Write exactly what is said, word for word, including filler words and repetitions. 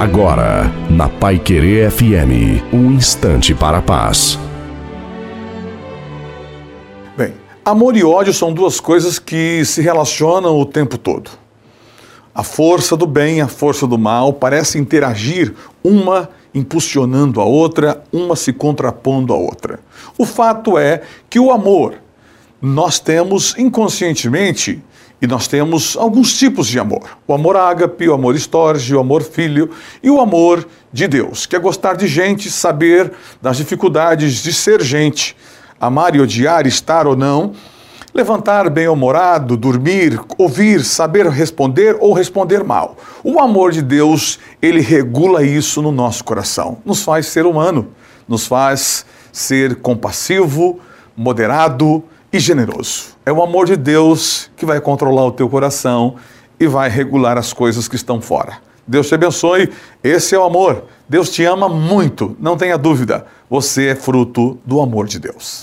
Agora, na Paiquerê F M, um instante para a paz. Bem, amor e ódio são duas coisas que se relacionam o tempo todo. A força do bem e a força do mal parecem interagir, uma impulsionando a outra, uma se contrapondo à outra. O fato é que o amor, nós temos inconscientemente, e nós temos alguns tipos de amor. O amor ágape, o amor estorge, o amor filho e o amor de Deus, que é gostar de gente, saber das dificuldades de ser gente, amar e odiar, estar ou não, levantar bem-humorado, dormir, ouvir, saber responder ou responder mal. O amor de Deus, ele regula isso no nosso coração, nos faz ser humano, nos faz ser compassivo, moderado e generoso. É o amor de Deus que vai controlar o teu coração e vai regular as coisas que estão fora. Deus te abençoe, esse é o amor. Deus te ama muito, não tenha dúvida, você é fruto do amor de Deus.